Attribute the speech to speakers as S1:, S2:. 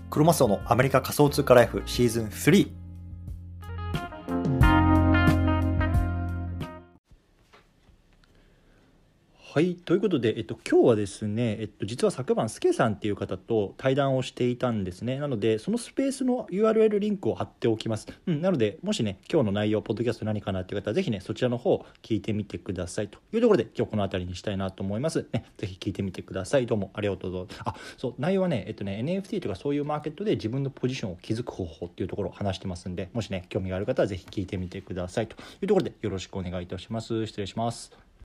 S1: クロマスオのアメリカ仮想通貨ライフシーズン3。はい、ということで、今日はですね、実は昨晩スケさんっていう方と対談をしていたんですね。なのでそのスペースの URL リンクを貼っておきます。なのでもしね今日の内容ポッドキャスト何かなっていう方はぜひねそちらの方を聞いてみてくださいというところで、今日この辺りにしたいなと思いますね。ぜひ聞いてみてください。どうもありがとうございます。そう、内容はねNFT とかそういうマーケットで自分のポジションを築く方法っていうところを話してますんで、もしね興味がある方はぜひ聞いてみてくださいというところでよろしくお願いいたします。失礼します。